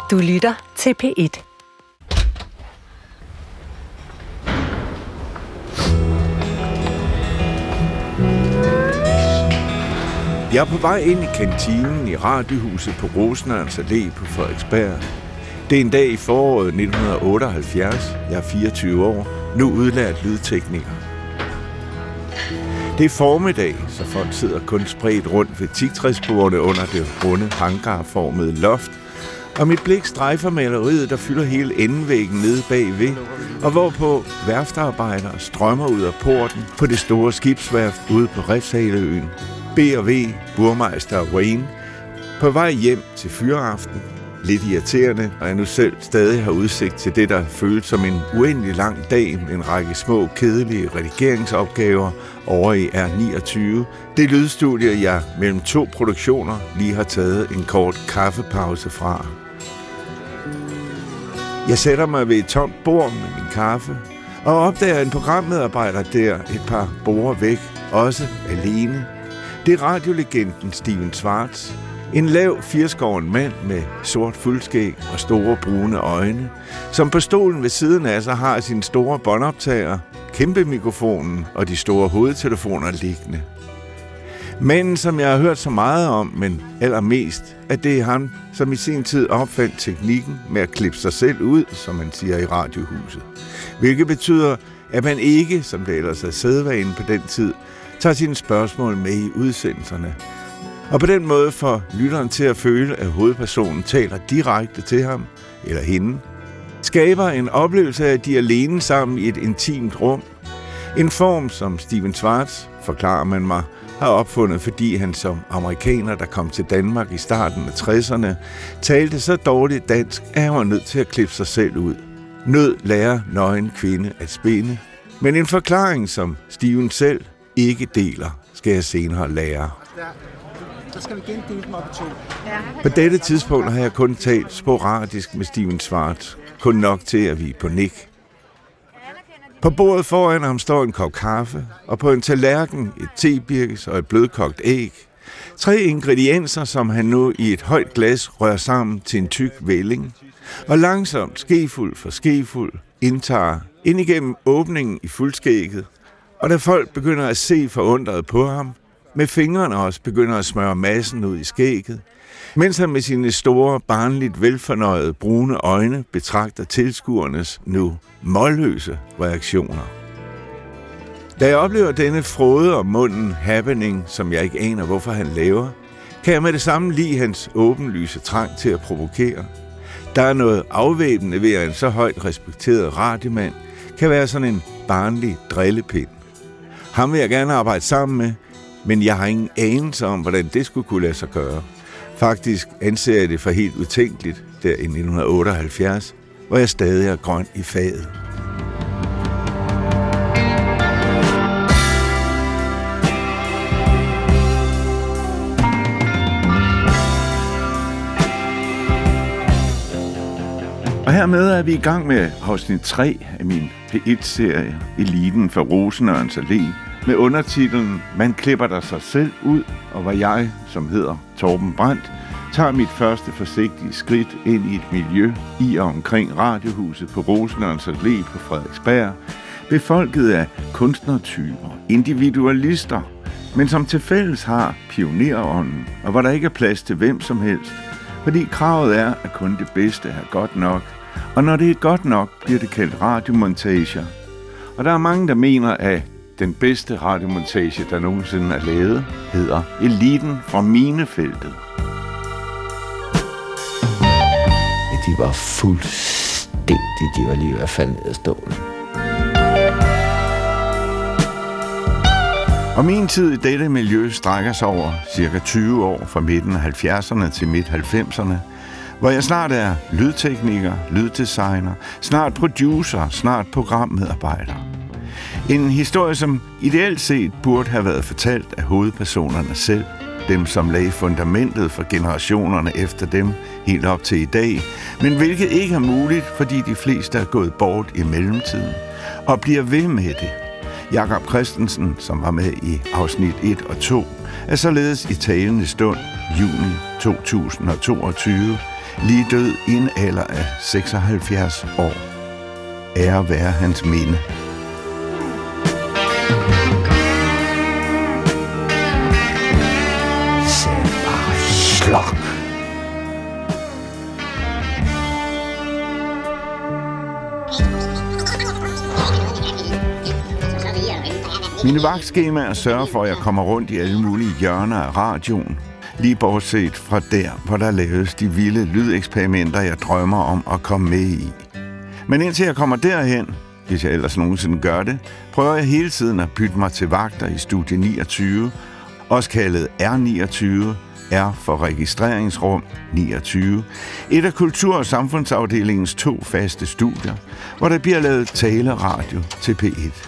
Du lytter til P1. Jeg er på vej ind i kantinen i Radiohuset på Rosenørns Allé på Frederiksberg. Det er en dag i foråret 1978. Jeg er 24 år, nu udlært lydtekniker. Det er formiddag, så folk sidder kun spredt rundt ved teaktræsbordene under det runde hangarformede loft, og mit blik strejfer maleriet, der fylder hele endevæggen nede bagved, og hvorpå værftarbejdere strømmer ud af porten på det store skibsværft ude på Refshaleøen. B&V, Burmeister og Wayne, på vej hjem til fyreaften. Lidt irriterende, og jeg nu selv stadig har udsigt til det, der føles som en uendelig lang dag med en række små, kedelige redigeringsopgaver over i R29. Det lydstudie, jeg mellem 2 produktioner lige har taget en kort kaffepause fra. Jeg sætter mig ved et tomt bord med min kaffe, og opdager en programmedarbejder der et par borde væk, også alene. Det er radiolegenden Stephen Schwartz. En lav, 80-skåren mand med sort fuldskæg og store brune øjne, som på stolen ved siden af sig har sin store båndoptager, kæmpe mikrofonen og de store hovedtelefoner liggende. Manden, som jeg har hørt så meget om, men allermest, at det er ham, som i sin tid opfandt teknikken med at klippe sig selv ud, som man siger i Radiohuset. Hvilket betyder, at man ikke, som det ellers er sædvanen på den tid, tager sine spørgsmål med i udsendelserne. Og på den måde får lytteren til at føle, at hovedpersonen taler direkte til ham eller hende. Skaber en oplevelse af, at de er alene sammen i et intimt rum. En form, som Stephen Schwartz, forklarer man mig, har opfundet, fordi han som amerikaner, der kom til Danmark i starten af 60'erne, talte så dårligt dansk, at han var nødt til at klippe sig selv ud. Nød lærer nøgen kvinde at spinde. Men en forklaring, som Stephen selv ikke deler, skal jeg senere lære. Så skal vi gendele dem op i 2. På dette tidspunkt har jeg kun talt sporadisk med Stephen Schwartz. Kun nok til, at vi er på nik. På bordet foran ham står en kop kaffe, og på en tallerken et tebirkes og et blødkogt æg. 3 ingredienser, som han nu i et højt glas rører sammen til en tyk vælling. Og langsomt, skefuld for skefuld, indtager ind igennem åbningen i fuldskægget. Og da folk begynder at se forundret på ham, med fingrene også begynder at smøre massen ud i skægget, mens han med sine store, barnligt velfornøjede brune øjne betragter tilskuernes nu målløse reaktioner. Da jeg oplever denne frode om munden happening, som jeg ikke aner, hvorfor han laver, kan jeg med det samme lide hans åbenlyse trang til at provokere. Der er noget afvæbnende ved, at en så højt respekteret radiomand kan være sådan en barnlig drillepind. Ham vil jeg gerne arbejde sammen med, men jeg har ingen anelse om, hvordan det skulle kunne lade sig gøre. Faktisk anser jeg det for helt utænkeligt der i 1978, hvor jeg stadig er grøn i faget. Og hermed er vi i gang med afsnit 3 af min P1-serie Eliten fra Rosenørns Allé, med undertitlen Man klipper der sig selv ud, og hvor jeg, som hedder Torben Brandt, tager mit første forsigtige skridt ind i et miljø i og omkring Radiohuset på Rosenørns Allé på Frederiksberg, befolket af kunstnertyper, individualister, men som til fælles har pionerånden, og hvor der ikke er plads til hvem som helst, fordi kravet er, at kun det bedste er godt nok, og når det er godt nok, bliver det kaldt radiomontager. Og der er mange, der mener, at den bedste radiomontage, der nogensinde er lavet, hedder Eliten fra minefeltet. De var fuldstændig, de var lige ved at falde ned af stolen. Og min tid i dette miljø strækker sig over cirka 20 år fra midten af 70'erne til midt 90'erne, hvor jeg snart er lydtekniker, lyddesigner, snart producer, snart programmedarbejder. En historie, som ideelt set burde have været fortalt af hovedpersonerne selv, dem som lagde fundamentet for generationerne efter dem helt op til i dag, men hvilket ikke er muligt, fordi de fleste er gået bort i mellemtiden, og bliver ved med det. Jakob Christensen, som var med i afsnit 1 og 2, er således i talende stund, juni 2022, lige død i en alder af 76 år. Ære være hans minde. Slok. Mine vagtskemaer sørger for, at jeg kommer rundt i alle mulige hjørner af radioen, lige bortset fra der, hvor der laves de vilde lydeksperimenter, jeg drømmer om at komme med i. Men indtil jeg kommer derhen, hvis jeg ellers nogensinde gør det, prøver jeg hele tiden at bytte mig til vagter i studie 29, også kaldet R29, R for registreringsrum 29, et af Kultur- og Samfundsafdelingens 2 faste studier, hvor der bliver lavet taleradio til P1.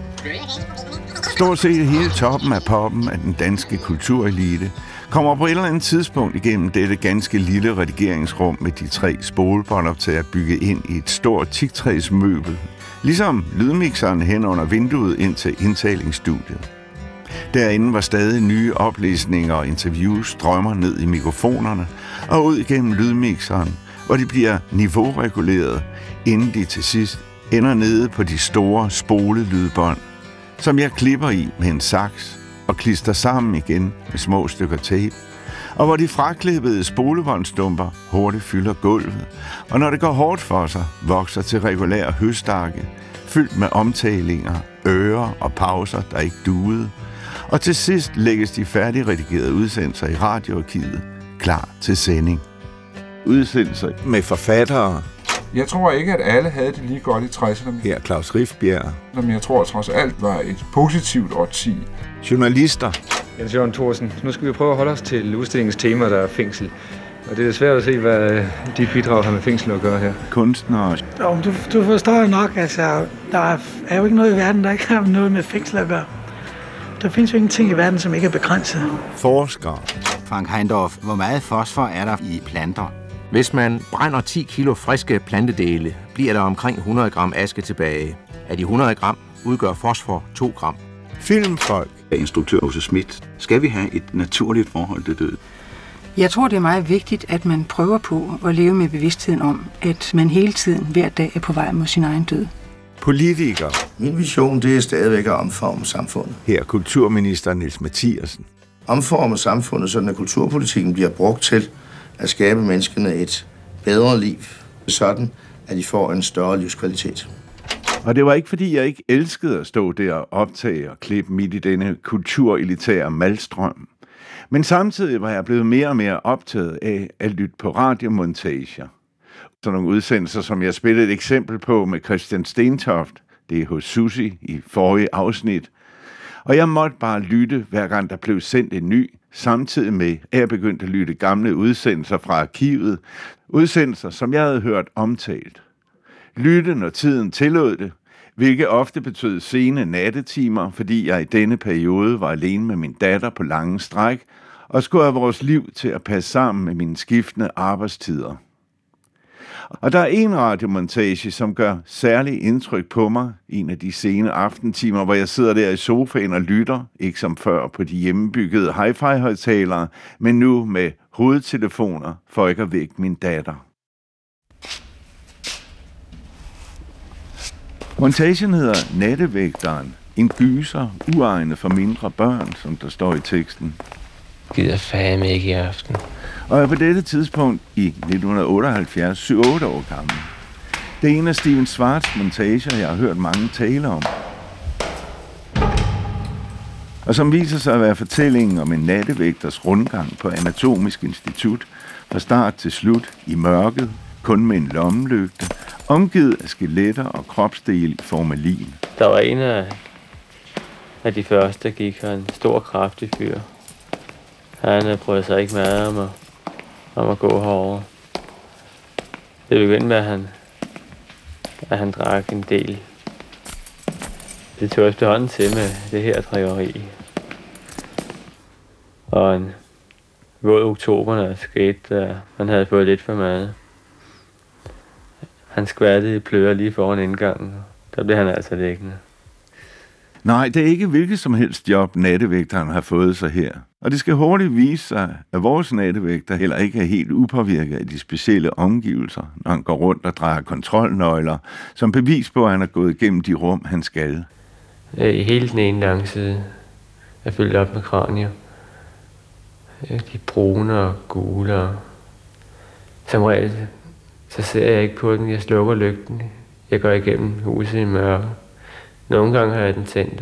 Stort set hele toppen af poppen af den danske kulturelite kommer på et eller andet tidspunkt igennem dette ganske lille redigeringsrum med de 3 spolebåndoptager bygget ind i et stort teaktræsmøbel, ligesom lydmixeren hen under vinduet ind til indtalingsstudiet. Derinde var stadig nye oplæsninger og interviews strømmer ned i mikrofonerne og ud igennem lydmixeren, hvor de bliver niveaureguleret, inden de til sidst ender nede på de store spolelydbånd, som jeg klipper i med en saks og klister sammen igen med små stykker tape, og hvor de fraklippede spolebåndstumper hurtigt fylder gulvet, og når det går hårdt for sig, vokser til regulære høstakke, fyldt med omtalinger, ører og pauser, der ikke duede, og til sidst lægges de færdigredigerede udsendelser i radioarkivet, klar til sending. Udsendelser med forfattere. Jeg tror ikke, at alle havde det lige godt i 60'erne. Her Claus Rifbjerg. Men jeg tror trods alt var et positivt årti. Journalister. Jens Jørgen Thorsen. Nu skal vi prøve at holde os til udstillingens tema, der er fængsel. Og det er svært at se, hvad dit bidrag har med fængsel at gøre her. Kunstnere. Jo, du forstår jo nok, altså, der er jo ikke noget i verden, der ikke har noget med fængsel at gøre. Der findes jo ingenting i verden, som ikke er begrænset. Forskere. Frank Heindorff, hvor meget fosfor er der i planter? Hvis man brænder 10 kilo friske plantedele, bliver der omkring 100 gram aske tilbage. Af de 100 gram udgør fosfor 2 gram. Filmfolk. Instruktør Åse Schmidt. Skal vi have et naturligt forhold til død? Jeg tror, det er meget vigtigt, at man prøver på at leve med bevidstheden om, at man hele tiden hver dag er på vej mod sin egen død. Politikere. Min vision, det er stadigvæk at omforme samfundet. Her kulturminister Niels Mathiasen. Omforme samfundet, sådan at kulturpolitikken bliver brugt til at skabe menneskene et bedre liv, sådan at de får en større livskvalitet. Og det var ikke, fordi jeg ikke elskede at stå der og optage og klippe midt i denne kulturelitære malstrøm. Men samtidig var jeg blevet mere og mere optaget af at lytte på radiomontager. Sådan nogle udsendelser, som jeg spillede et eksempel på med Christian Stentoft, det er hos Susi i forrige afsnit. Og jeg måtte bare lytte, hver gang der blev sendt en ny, samtidig med, at jeg begyndte at lytte gamle udsendelser fra arkivet. Udsendelser, som jeg havde hørt omtalt. Lytte, når tiden tillod det, hvilket ofte betød sene nattetimer, fordi jeg i denne periode var alene med min datter på lange stræk, og skulle have vores liv til at passe sammen med mine skiftende arbejdstider. Og der er en radiomontage, som gør særlig indtryk på mig, en af de sene aftentimer, hvor jeg sidder der i sofaen og lytter, ikke som før på de hjemmebyggede hi-fi-højttalere, men nu med hovedtelefoner for ikke at vække min datter. Montagen hedder Nattevægteren, en gyser uegnet for mindre børn, som der står i teksten. Gider fandme ikke i aften. Og er på dette tidspunkt i 1978 7-8 år gammel. Det er en af Stephen Schwartz' montager, jeg har hørt mange tale om. Og som viser sig at være fortællingen om en nattevægters rundgang på Anatomisk Institut, fra start til slut i mørket, kun med en lommelygte, omgivet af skeletter og kropsdele i formalin. Der var en af de første, der gik her, en stor, kraftig fyr. Han brød sig ikke meget om at gå herover. Det begyndte med, at han drak en del. Det tog efterhånden til med det her drikkeri. Og en våd oktober, der skete, da han havde fået lidt for meget. Han skvattede i plører lige foran indgangen. Der blev han altså liggende. Nej, det er ikke hvilket som helst job, nattevægteren har fået sig her. Og det skal hurtigt vise sig, at vores nattevægter heller ikke er helt upåvirket af de specielle omgivelser, når han går rundt og drejer kontrolnøgler, som bevis på, at han er gået igennem de rum, han skal. I hele den ene langside er fyldt op med kranier. De brune og gule. Og som regel, så ser jeg ikke på den. Jeg slukker lygten. Jeg går igennem huset i mørke. Nogle gange har jeg den tændt.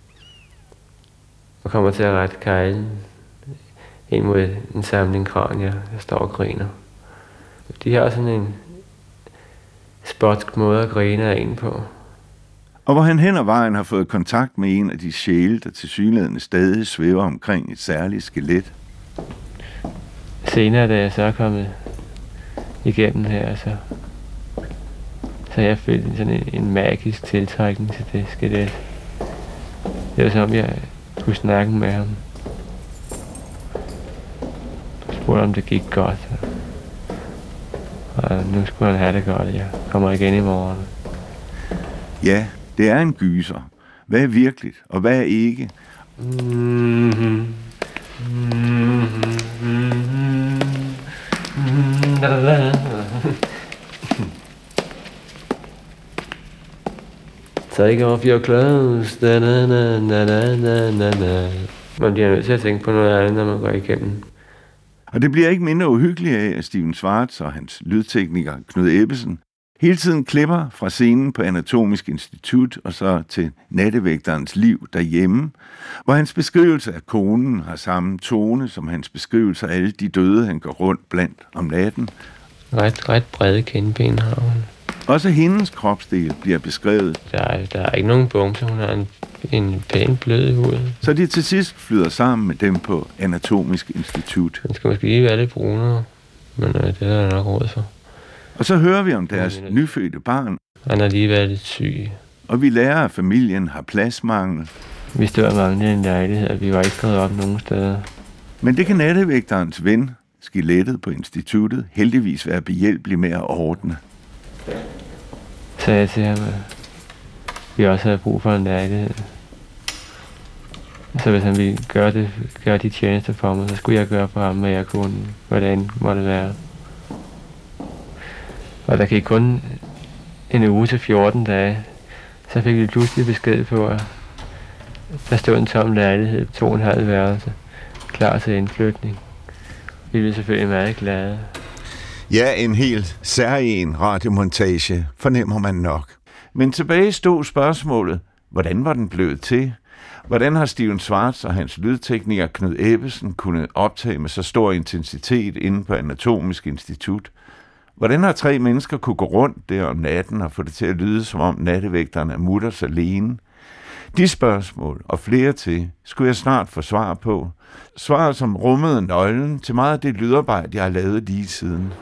Og kommer til at rette kejlen ind mod en samling kranier, der står og griner. De har sådan en spotsk måde at grine af en på. Og hvor han hen ad vejen har fået kontakt med en af de sjæle, der tilsyneladende stadig svæver omkring et særligt skelet. Senere, da jeg så er kommet igennem her, så jeg følt sådan en magisk tiltrækning til det skelet. Det var som om jeg kunne snakke med ham. Jeg spurgte om det gik godt. Og nu skulle han have det godt, jeg kommer igen i morgen. Ja, det er en gyser. Hvad er virkeligt, og hvad er ikke? Take off your clothes, da na na na na na na. Man bliver nødt til at tænke på noget andet, når man går igennem. Og det bliver ikke mindre uhyggeligt af, at Stephen Schwartz og hans lydtekniker Knud Ebbesen hele tiden klipper fra scenen på Anatomisk Institut og så til nattevægterens liv derhjemme, hvor hans beskrivelse af konen har samme tone som hans beskrivelse af alle de døde, han går rundt blandt om natten. Ret brede kindben har hun. Også hendes kropsdel bliver beskrevet. Der er ikke nogen bumse, hun har en pæn blød hud. Så de til sidst flyder sammen med dem på Anatomisk Institut. Den skal måske lige være lidt brunere, men det er der nok råd for. Og så hører vi om deres nyfødte barn. Han har lige været lidt syg. Og vi lærer, at familien har pladsmangel. Vi stod mange i en lejlighed, og vi var ikke skrevet op nogen steder. Men det kan nattevægterens ven, skelettet på instituttet, heldigvis være behjælpelig med at ordne. Så jeg til ham, at vi også havde brug for en lejlighed. Så hvis han ville gøre de tjenester for mig, så skulle jeg gøre for ham, hvad jeg kunne, hvordan måtte være. Og der gik kun en uge til 14 dage, så fik vi pludselig besked på, at der stod en tom lejlighed på 2,5 værelse, klar til indflytning. Vi blev selvfølgelig meget glade. Ja, en helt særlig radiomontage, fornemmer man nok. Men tilbage stod spørgsmålet, hvordan var den blevet til? Hvordan har Stephen Schwartz og hans lydtekniker Knud Ebbesen kunnet optage med så stor intensitet inde på Anatomisk Institut? Hvordan har 3 mennesker kunne gå rundt der om natten og få det til at lyde, som om nattevægterne er mutters alene? De spørgsmål og flere til skulle jeg snart få svar på. Svar, som rummede nøglen til meget af det lydarbejde, jeg har lavet lige siden.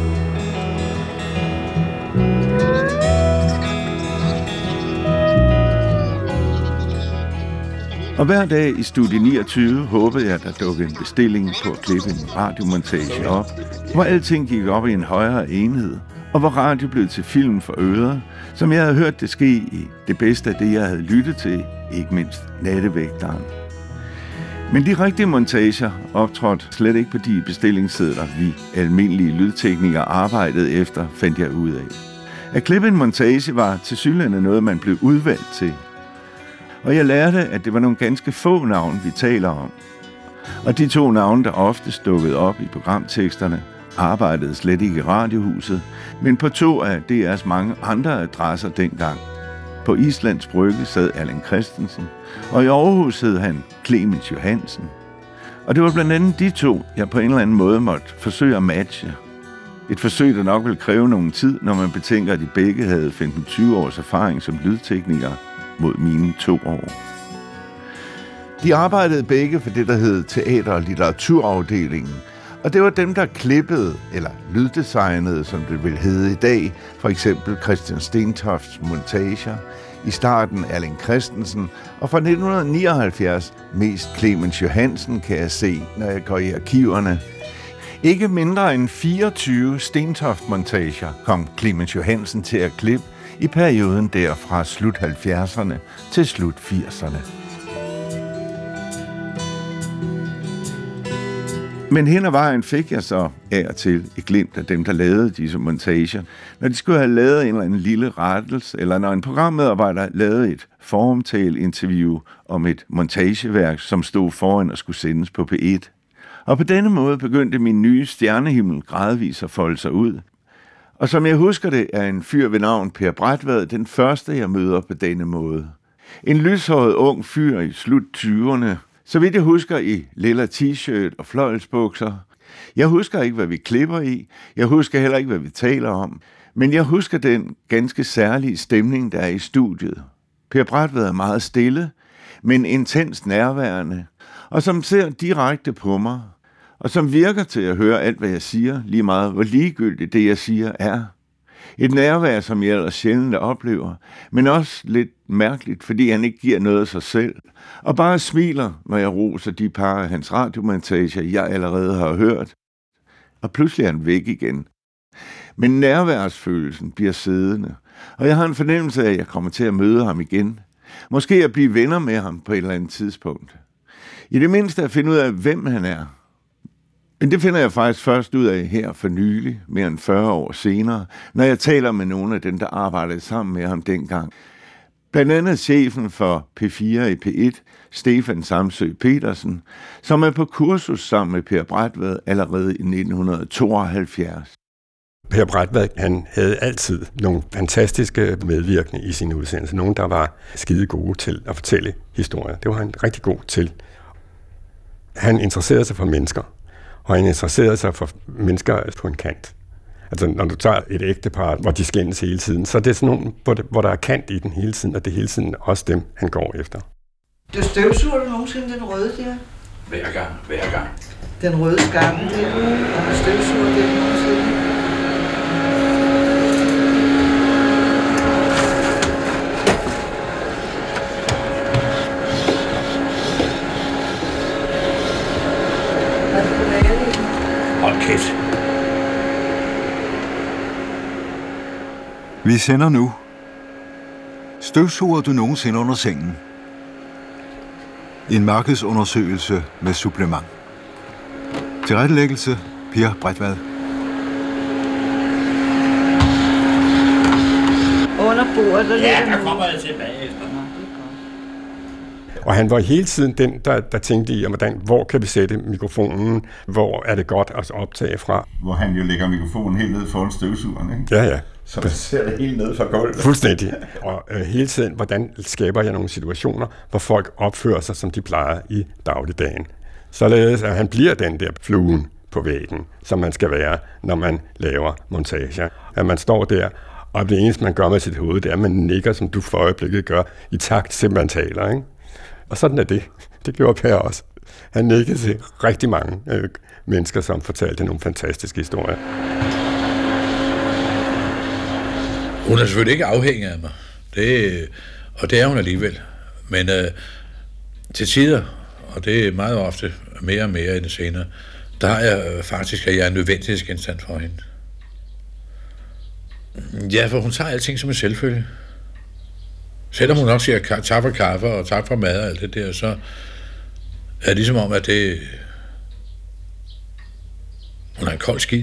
Og hver dag i Studie 29 håbede jeg, at der dukkede en bestilling på at klippe en radiomontage op, hvor alting gik op i en højere enhed, og hvor radio blev til film for ører, som jeg havde hørt det ske i det bedste af det, jeg havde lyttet til, ikke mindst nattevægteren. Men de rigtige montager optrådte slet ikke på de bestillingssedler, vi almindelige lydteknikere arbejdede efter, fandt jeg ud af. At klippe en montage var tilsyneladende noget, man blev udvalgt til. Og jeg lærte, at det var nogle ganske få navne, vi taler om. Og de 2 navne, der ofte dukkede op i programteksterne, arbejdede slet ikke i Radiohuset, men på 2 af DR's mange andre adresser dengang. På Islands Brygge sad Allan Christensen, og i Aarhus hed han Clemens Johansen. Og det var blandt andet de 2, jeg på en eller anden måde måtte forsøge at matche. Et forsøg, der nok ville kræve nogen tid, når man betænker, at de begge havde 15-20 års erfaring som lydteknikere mod mine 2 år. De arbejdede begge for det, der hed Teater- og Litteraturafdelingen, og det var dem, der klippede, eller lyddesignede, som det vil hedde i dag, for eksempel Christian Stentofts montager, i starten Allan Christensen, og fra 1979 mest Clemens Johansen, kan jeg se, når jeg går i arkiverne. Ikke mindre end 24 Stentoft-montager kom Clemens Johansen til at klippe i perioden der fra slut 70'erne til slut 80'erne. Men hen ad vejen fik jeg så af og til et glimt af dem, der lavede disse montager. Når de skulle have lavet en eller anden lille rettelse, eller når en programmedarbejder lavede et foromtale-interview om et montageværk, som stod foran og skulle sendes på P1. Og på denne måde begyndte min nye stjernehimmel gradvist at folde sig ud. Og som jeg husker det, er en fyr ved navn Per Brætvad den første, jeg møder på denne måde. En lyshåret ung fyr i slut 20'erne, så vidt jeg husker i lilla t-shirt og fløjelsbukser. Jeg husker ikke, hvad vi klipper i. Jeg husker heller ikke, hvad vi taler om. Men jeg husker den ganske særlige stemning, der er i studiet. Per Brætvad er meget stille, men intens nærværende, og som ser direkte på mig, og som virker til at høre alt, hvad jeg siger, lige meget hvor ligegyldigt det, jeg siger, er. Et nærvær, som jeg ellers sjældent oplever, men også lidt mærkeligt, fordi han ikke giver noget af sig selv, og bare smiler, når jeg roser de par af hans radiomontager, jeg allerede har hørt. Og pludselig er han væk igen. Men nærværsfølelsen bliver siddende, og jeg har en fornemmelse af, at jeg kommer til at møde ham igen. Måske at blive venner med ham på et eller andet tidspunkt. I det mindste at finde ud af, hvem han er. Men det finder jeg faktisk først ud af her for nylig, mere end 40 år senere, når jeg taler med nogle af dem, der arbejdede sammen med ham dengang. Blandt andet chefen for P4 i P1, Stefan Samsø Petersen, som er på kursus sammen med Per Brætvad allerede i 1972. Per Brætvad, han havde altid nogle fantastiske medvirkende i sine udsendelser. Nogle, der var skide gode til at fortælle historier. Det var han rigtig god til. Han interesserede sig for mennesker, og han interesserede sig for mennesker på en kant. Altså, når du tager et ægtepar, hvor de skændes hele tiden, så er det sådan nogle, hvor der er kant i den hele tiden, og det er hele tiden også dem, han går efter. Du støvsuger du nogensinde den røde der? Hver gang. Den røde skamme der, og du støvsuger den nogensinde? Hold kæft. Vi sender nu. Støvsuger du nogensinde under sengen? En markedsundersøgelse med supplement. Tilrettelæggelse Per Brætvad. Under bordet, der ligger der kommer jeg tilbage efter. Og han var hele tiden den, der tænkte i, hvor kan vi sætte mikrofonen, hvor er det godt at optage fra. Hvor han jo lægger mikrofonen helt ned foran støvsugeren, ikke? Ja. Så man ser det helt ned fra gulvet. Fuldstændig. Og hele tiden, hvordan skaber jeg nogle situationer, hvor folk opfører sig, som de plejer i dagligdagen. Således at han bliver den der fluen på væggen, som man skal være, når man laver montager. At man står der, og det eneste, man gør med sit hoved, det er, at man nikker, som du for øjeblikket gør, i takt til, man taler, ikke? Og sådan er det. Det gjorde Per også. Han nikkede til rigtig mange mennesker, som fortalte nogle fantastiske historier. Hun er selvfølgelig ikke afhængig af mig. Og det er hun alligevel. Men til tider, og det er meget ofte mere og mere i det senere, der har jeg faktisk, at jeg er en nødvendighedsgenstand for hende. Ja, for hun tager alting som en selvfølge. Selvom hun også siger tak for kaffe og tak for mad og alt det der, så er det ligesom om, at hun er en kold skid.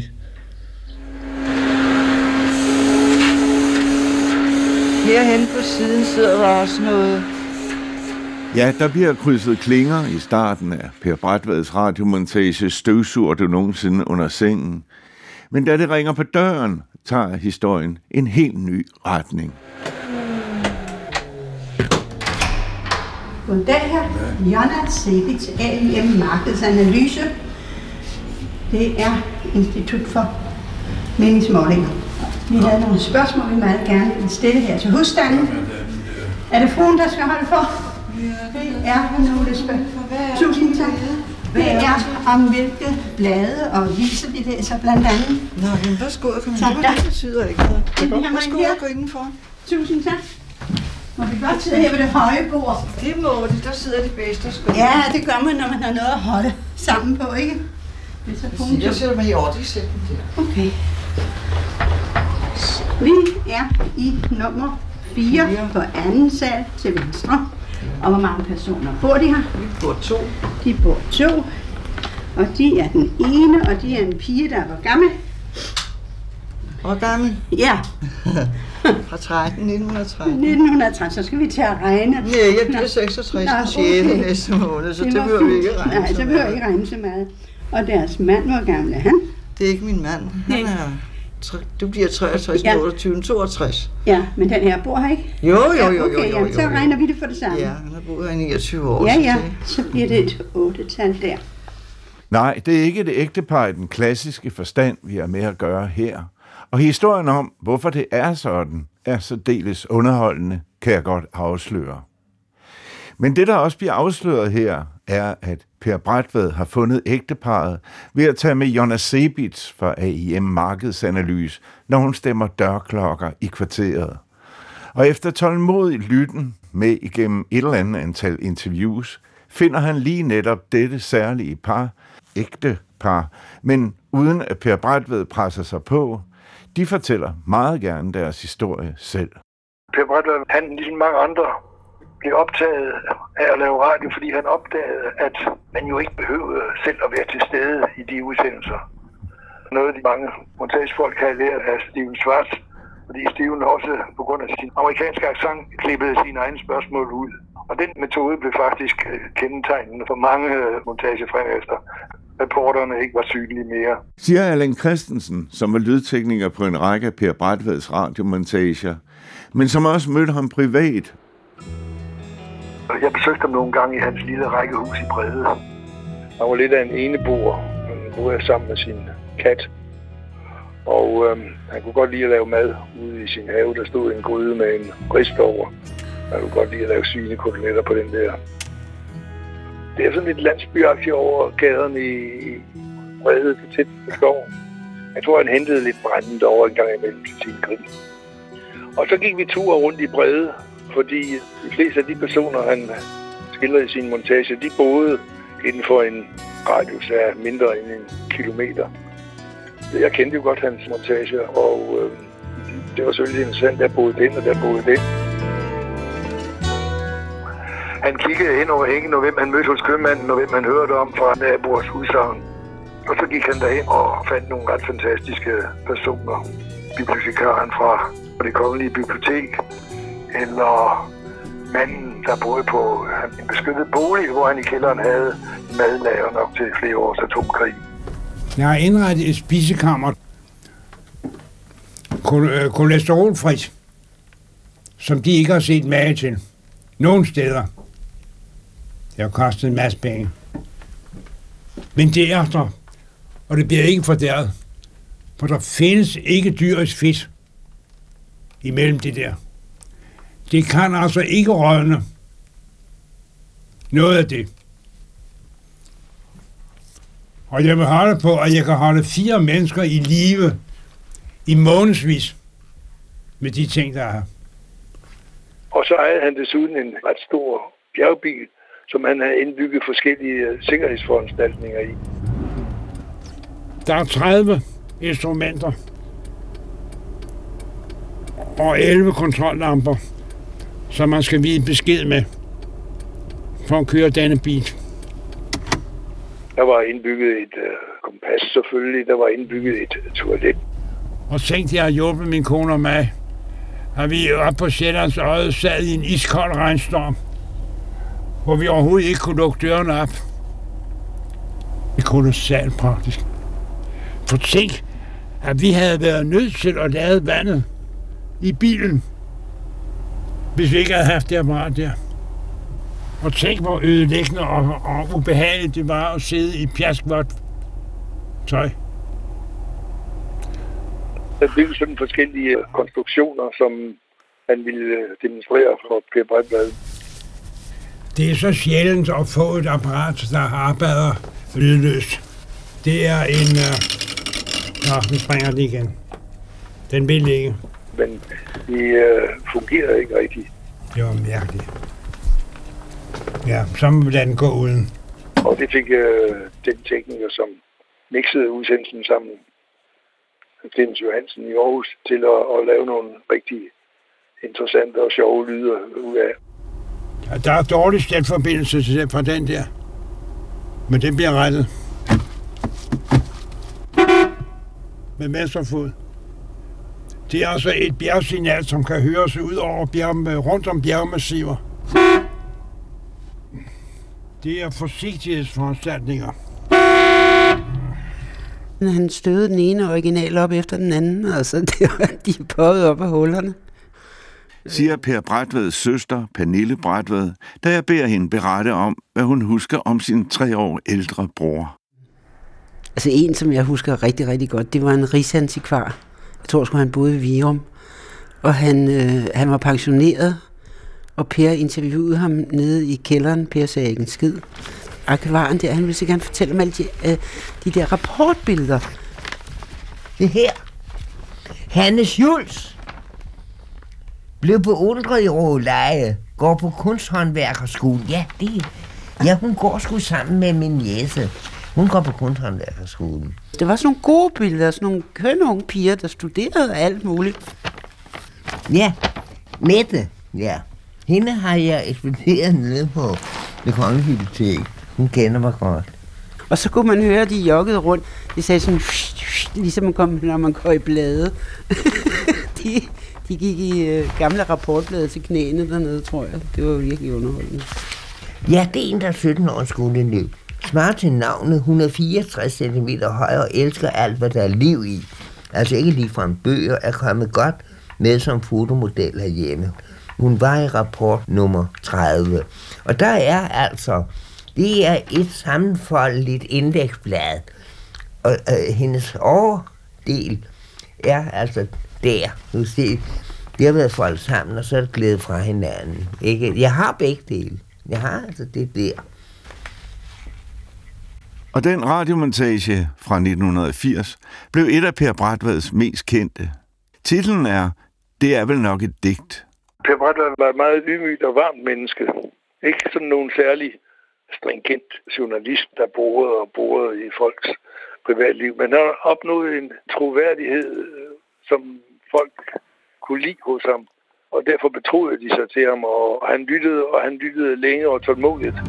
Herhen på siden sidder der også noget. Ja, der bliver krydset klinger i starten af Per Brætvads radiomontage Støvsuger du nogensinde under sengen. Men da det ringer på døren, tager historien en helt ny retning. Goddag her. Jonna Sebitz, AIM Markedsanalyse. Det er Institut for Meningsmålinger. Vi havde nogle spørgsmål, vi meget gerne vil stille her til husstanden. Er det fruen, der skal holde for? Det er nu, Lisbeth. Tusind tak. Det er om hvilke blade og aviser vi læser blandt andet. Nå, men værsgo, jeg kommer ind. Det betyder ikke noget. Værsgo, jeg går indenfor. Tusind tak. Må vi godt sidde her ved det høje bord? Det må det, der sidder de bedste sko. Ja, det gør man, når man har noget at holde sammen på, ikke? Det er så jeg sætter mig i ordensætten der. Okay. Vi er i nummer 4 på anden sal til venstre. Og hvor mange personer bor de her? Vi bor 2. De bor 2. Og de er den ene, og de er en pige, der er hvor gammel. Hvor gammel? Ja. Fra 1913. 1913, så skal vi til at regne. Nej, jeg bliver 66 okay. Næste måned, så det behøver vi ikke regne. Nej, så behøver vi ikke regne så meget. Og deres mand, hvor gammel er han? Det er ikke min mand. Han er... Du bliver 63, ja. 28, 62. Ja, men den her bor her ikke? Jo. Okay, jamen, så regner vi det for det samme. Ja, han har boet her i 29 år. Ja, så bliver det et 8-tal der. Nej, det er ikke et ægtepar i den klassiske forstand, vi har med at gøre her. Og historien om, hvorfor det er sådan, er særdeles underholdende, kan jeg godt afsløre. Men det, der også bliver afsløret her, er, at Per Brætved har fundet ægteparret ved at tage med Jonna Sebitz fra AIM Markedsanalyse, når hun stemmer dørklokker i kvarteret. Og efter tålmodig lytten med igennem et eller andet antal interviews, finder han lige netop dette særlige par, ægtepar, men uden at Per Brætved presser sig på. De fortæller meget gerne deres historie selv. Per Brætved, han ligesom mange andre, blev optaget af at lave radio, fordi han opdagede, at man jo ikke behøvede selv at være til stede i de udsendelser. Noget af de mange montagefolk har lært af Steven Schwartz, fordi Steven også på grund af sin amerikanske accent klippede sine egne spørgsmål ud. Og den metode blev faktisk kendetegnende for mange montagefremefter. Reporterne ikke var synlige mere. Siger Allan Christensen, som var lydtekniker på en række af Per Brætveds radiomontager, men som også mødte ham privat. Jeg besøgte ham nogle gange i hans lille rækkehus i Brede. Han var lidt af en eneboer. Han boede sammen med sin kat. Og han kunne godt lide at lave mad ude i sin have. Der stod en gryde med en rist over. Han kunne godt lide at lave svinekoteletter på den der. Det er sådan lidt landsbyagtigt over gaderne i Brede til tæt på skoven. Jeg tror, han hentede lidt brændende over en gang imellem til sin grill. Og så gik vi tur rundt i Brede, fordi de fleste af de personer, han skildrede i sin montage, de boede inden for en radius af mindre end 1 kilometer. Jeg kendte jo godt hans montage, og det var selvfølgelig interessant, der boede den, og der boede den. Han kiggede hen over hækken, og hvem han mødte hos købmanden, og hvem han hørte om fra naboers udsagn. Og så gik han derhen og fandt nogle ret fantastiske personer. Bibliotekaren fra det kongelige bibliotek, eller manden, der boede på en beskyttet bolig, hvor han i kælderen havde madlager nok til flere års atomkrig. Jeg har indrettet et spisekammer, kolesterolfrit, som de ikke har set mage til. Nogle steder. Det har kostet en masse penge. Men det er der, og det bliver ikke fordæret. For der findes ikke dyrisk fedt imellem det der. Det kan altså ikke rådne. Noget af det. Og jeg vil holde på, at jeg kan holde 4 mennesker i live i månedsvis med de ting, der er her. Og så ejede han desuden en ret stor bjergbil, som han havde indbygget forskellige sikkerhedsforanstaltninger i. Der er 30 instrumenter og 11 kontrollamper, som man skal vide besked med for at køre denne bil. Der var indbygget et kompas selvfølgelig, der var indbygget et toilet. Og tænkte jeg har hjulpet min kone og mig, har vi oppe på Sjællands Odde sad i en iskold regnstorm, hvor vi overhovedet ikke kunne lukke dørene op. Det er kolossalt praktisk. For tænk, at vi havde været nødt til at lade vandet i bilen, hvis vi ikke havde haft det apparat der. Og tænk, hvor ødelæggende og ubehageligt det var at sidde i pjaskvådt tøj. Der blev sådan forskellige konstruktioner, som han ville demonstrere for Per Brætved. Det er så sjældent at få et apparat, der arbejder lydløst. Det er en... nu springer den igen. Den vil ikke. Men det fungerer ikke rigtigt. Det var mærkeligt. Ja, så må den gå uden. Og det fik den tekniker, som mixede udsendelsen sammen, Clemens Johansen i Aarhus, til at lave nogle rigtig interessante og sjove lyder ud af. Ja, der er dårlig stelforbindelse fra den der. Men den bliver rettet. med venstre fod. Det er altså et bjergsignal, som kan høres ud over rundt om bjergmassiver. Det er forsigtighedsforanstaltninger. Han stødede den ene original op efter den anden, og så det var de poppede op af hullerne. Siger Per Bratveds søster, Pernille Bratved, da jeg beder hende berette om, hvad hun husker om sin 3 år ældre bror. Altså en, som jeg husker rigtig, rigtig godt, det var en rigsantikvar. Jeg tror sgu, han boede i Virum. Og han var pensioneret, og Per interviewede ham nede i kælderen. Per sagde ikke en skid. Arkivaren der, han ville så gerne fortælle om alle de der rapportbilleder. Det her. Hannes Schultz blev beundret i Råleje, går på kunsthåndværkerskole. Ja, hun går sgu sammen med min niece. Hun går på kunsthåndværkerskolen. Det var sådan nogle gode billeder, sådan nogle kønne unge piger, der studerede alt muligt. Ja, Mette, ja. Hende har jeg ekspederet nede på Det Kongelige Bibliotek. Hun kender mig godt. Og så kunne man høre, at de joggede rundt. De sagde sådan, ligesom når man går i blade. De gik i gamle rapportblade til knæene dernede, tror jeg. Det var virkelig underholdende. Ja, det er en, der er 17 år skoleelev. Smart til navnet, 164 cm høj og elsker alt, hvad der er liv i. Altså ikke ligefrem bøger, er kommet godt med som fotomodel herhjemme. Hun var i rapport nummer 30. Og der er altså, det er et sammenfoldeligt indeksblad. Og hendes overdel er altså der. Du ser, de har været foldet sammen, og så er det glædet fra hinanden. Ikke? Jeg har begge dele. Jeg har altså det der. Og den radiomontage fra 1980 blev et af Per Bratveds mest kendte. Titlen er Det er vel nok et digt. Per Bratved var et meget ydmygt og varmt menneske. Ikke sådan nogen særlig stringent journalist, der borede i folks privatliv. Men han har opnået en troværdighed, som folk kunne lide hos ham. Og derfor betroede de sig til ham, og han lyttede længe og tålmodigt.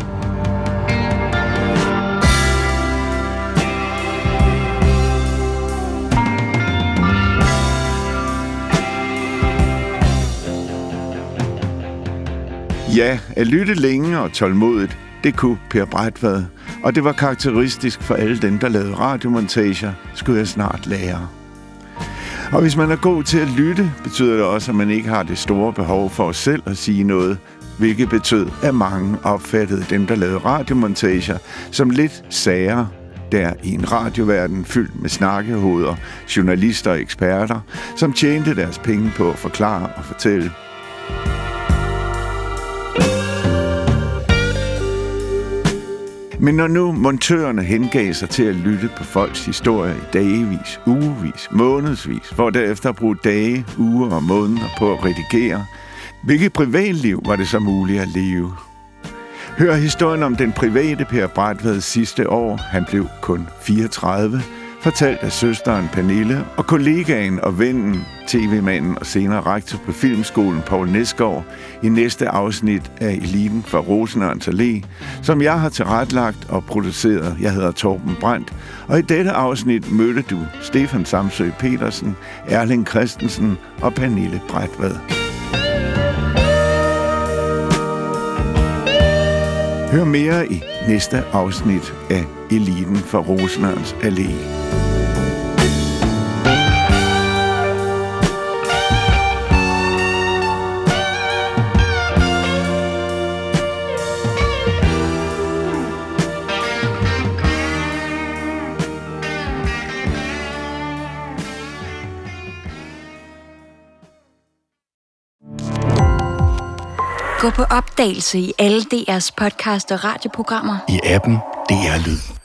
Ja, at lytte længe og tålmodigt, det kunne Per Bratved, og det var karakteristisk for alle dem, der lavede radiomontager, skulle jeg snart lære. Og hvis man er god til at lytte, betyder det også, at man ikke har det store behov for selv at sige noget, hvilket betød, at mange opfattede dem, der lavede radiomontager, som lidt sager, der i en radioverden fyldt med snakkehoveder, journalister og eksperter, som tjente deres penge på at forklare og fortælle. Men når nu montørerne hengav sig til at lytte på folks historier i dagevis, ugevis, månedsvis, for derefter at bruge dage, uger og måneder på at redigere, hvilket privatliv var det så muligt at leve? Hør historien om den private Per Bratveds sidste år, han blev kun 34, fortalt af søsteren Pernille og kollegaen og vennen, tv-manden og senere rektor på Filmskolen Poul Næsgaard i næste afsnit af Eliten fra Rosenørns Allé, som jeg har tilrettelagt og produceret. Jeg hedder Torben Brandt, og i dette afsnit mødte du Stefan Samsø Petersen, Erling Christensen og Pernille Bratved. Hør mere i næste afsnit af Eliten fra Rosenørns Allé. Gå på opdagelse i alle DR's podcast og radioprogrammer. I appen DR Lyd.